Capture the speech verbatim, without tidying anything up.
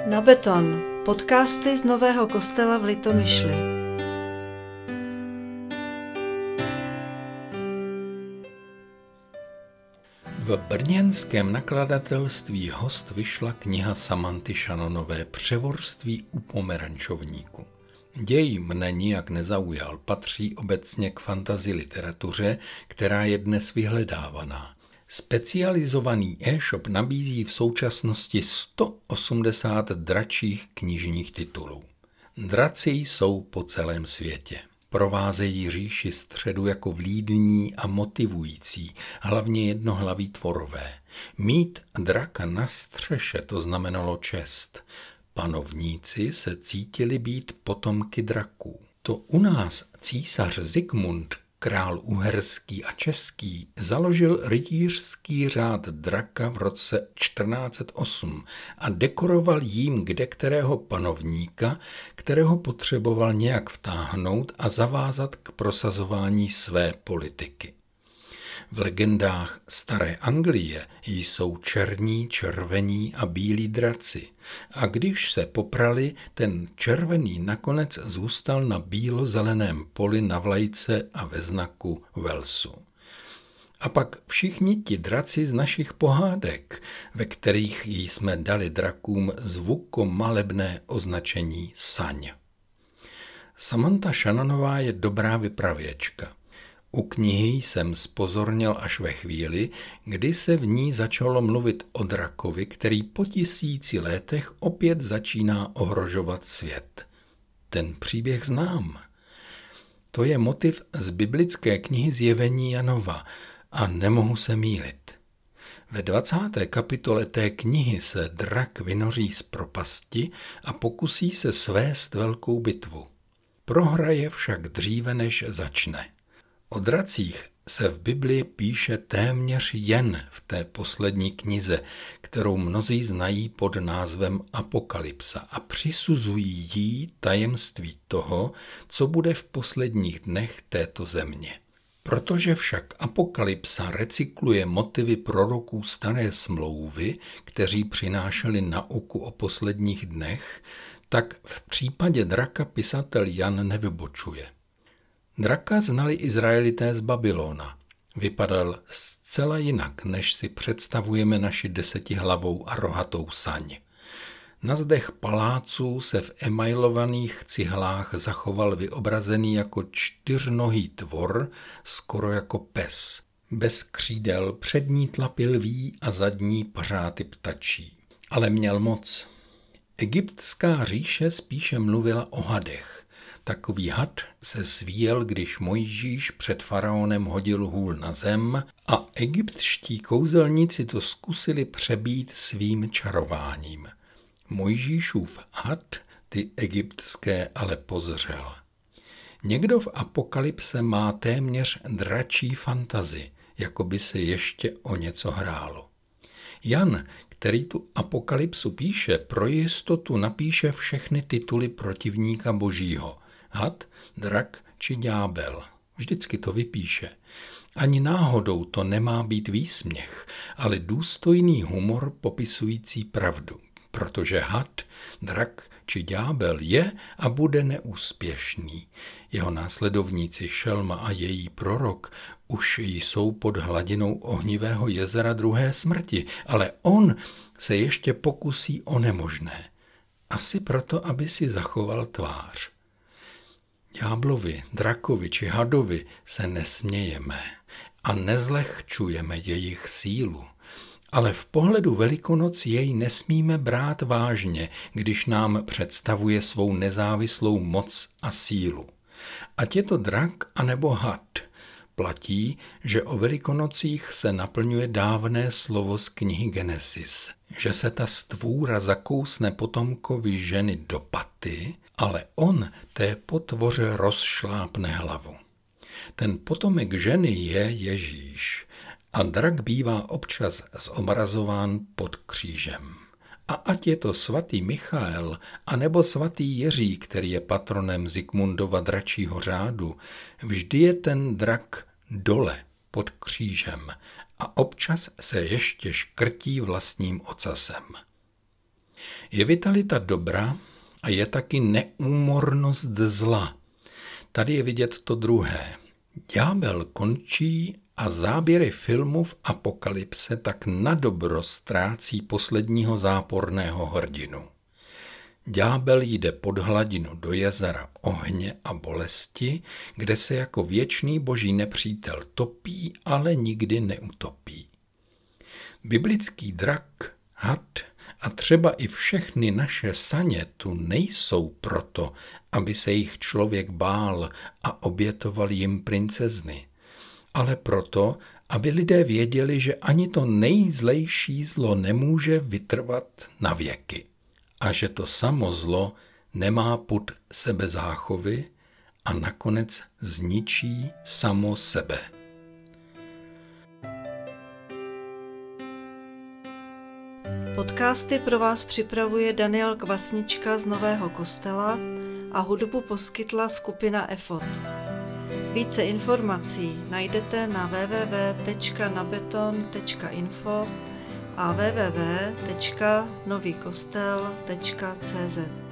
Na beton. Podcasty z Nového Kostela v Litomyšli. V brněnském nakladatelství Host vyšla kniha Samanty Shannonové Převorství u pomerančovníku. Děj mne nijak nezaujal, patří obecně k fantasy literatuře, která je dnes vyhledávaná. Specializovaný e-shop nabízí v současnosti sto osmdesát dračích knižních titulů. Draci jsou po celém světě. Provázejí říši středu jako vlídní a motivující, hlavně jednohlaví tvorové. Mít draka na střeše to znamenalo čest. Panovníci se cítili být potomky draků. To u nás císař Zikmund, král uherský a český, založil rytířský řád draka v roce čtrnáct set osm a dekoroval jím kdekterého panovníka, kterého potřeboval nějak vtáhnout a zavázat k prosazování své politiky. V legendách staré Anglie jsou černí, červení a bílí draci a když se poprali, ten červený nakonec zůstal na bílo-zeleném poli na vlajce a ve znaku Walesu. A pak všichni ti draci z našich pohádek, ve kterých jsme dali drakům zvukomalebné označení saň. Samanta Shannonová je dobrá vypravěčka. U knihy jsem zpozorněl až ve chvíli, kdy se v ní začalo mluvit o drakovi, který po tisíci letech opět začíná ohrožovat svět. Ten příběh znám. To je motiv z biblické knihy Zjevení Janova a nemohu se mýlit. Ve dvacáté kapitole té knihy se drak vynoří z propasti a pokusí se svést velkou bitvu. Prohraje však dříve, než začne. O dracích se v Biblii píše téměř jen v té poslední knize, kterou mnozí znají pod názvem Apokalypsa a přisuzují jí tajemství toho, co bude v posledních dnech této země. Protože však Apokalypsa recykluje motivy proroků staré smlouvy, kteří přinášeli nauku o posledních dnech, tak v případě draka pisatel Jan nevybočuje. Draka znali Izraelité z Babylona. Vypadal zcela jinak, než si představujeme naši desetihlavou a rohatou saň. Na zdech paláců se v emailovaných cihlách zachoval vyobrazený jako čtyřnohý tvor, skoro jako pes. Bez křídel, přední tlapy lví a zadní pařáty ptačí. Ale měl moc. Egyptská říše spíše mluvila o hadech. Takový had se svíjel, když Mojžíš před faraonem hodil hůl na zem a egyptští kouzelníci to zkusili přebít svým čarováním. Mojžíšův had ty egyptské ale pozřel. Někdo v Apokalypse má téměř dračí fantazi, jako by se ještě o něco hrálo. Jan, který tu Apokalypsu píše, pro jistotu napíše všechny tituly protivníka božího. Had, drak či ďábel. Vždycky to vypíše. Ani náhodou to nemá být výsměch, ale důstojný humor popisující pravdu. Protože had, drak či ďábel je a bude neúspěšný. Jeho následovníci Šelma a její prorok už jsou pod hladinou ohnivého jezera druhé smrti, ale on se ještě pokusí o nemožné. Asi proto, aby si zachoval tvář. Ďáblovi, drakovi či hadovi se nesmějeme a nezlehčujeme jejich sílu, ale v pohledu Velikonoc jej nesmíme brát vážně, když nám představuje svou nezávislou moc a sílu. Ať je to drak anebo had, platí, že o Velikonocích se naplňuje dávné slovo z knihy Genesis, že se ta stvůra zakousne potomkovi ženy do paty, ale on té potvoře rozšlápne hlavu. Ten potomek ženy je Ježíš a drak bývá občas zobrazován pod křížem. A ať je to svatý Michael, anebo svatý Jiří, který je patronem Zikmundova dračího řádu, vždy je ten drak dole pod křížem a občas se ještě škrtí vlastním ocasem. Je vitalita dobra a je taky neúmornost zla. Tady je vidět to druhé. Ďábel končí a záběry filmu v Apokalypse tak na dobro ztrácí posledního záporného hrdinu. Ďábel jde pod hladinu do jezera ohně a bolesti, kde se jako věčný boží nepřítel topí, ale nikdy neutopí. Biblický drak, had a třeba i všechny naše saně tu nejsou proto, aby se jich člověk bál a obětoval jim princezny, ale proto, aby lidé věděli, že ani to nejzlejší zlo nemůže vytrvat na věky a že to samo zlo nemá pud sebezáchovy a nakonec zničí samo sebe. Podcasty pro vás připravuje Daniel Kvasnička z Nového Kostela a hudbu poskytla skupina Efot. Více informací najdete na w w w tečka nabeton tečka info a w w w tečka nový kostel tečka c z.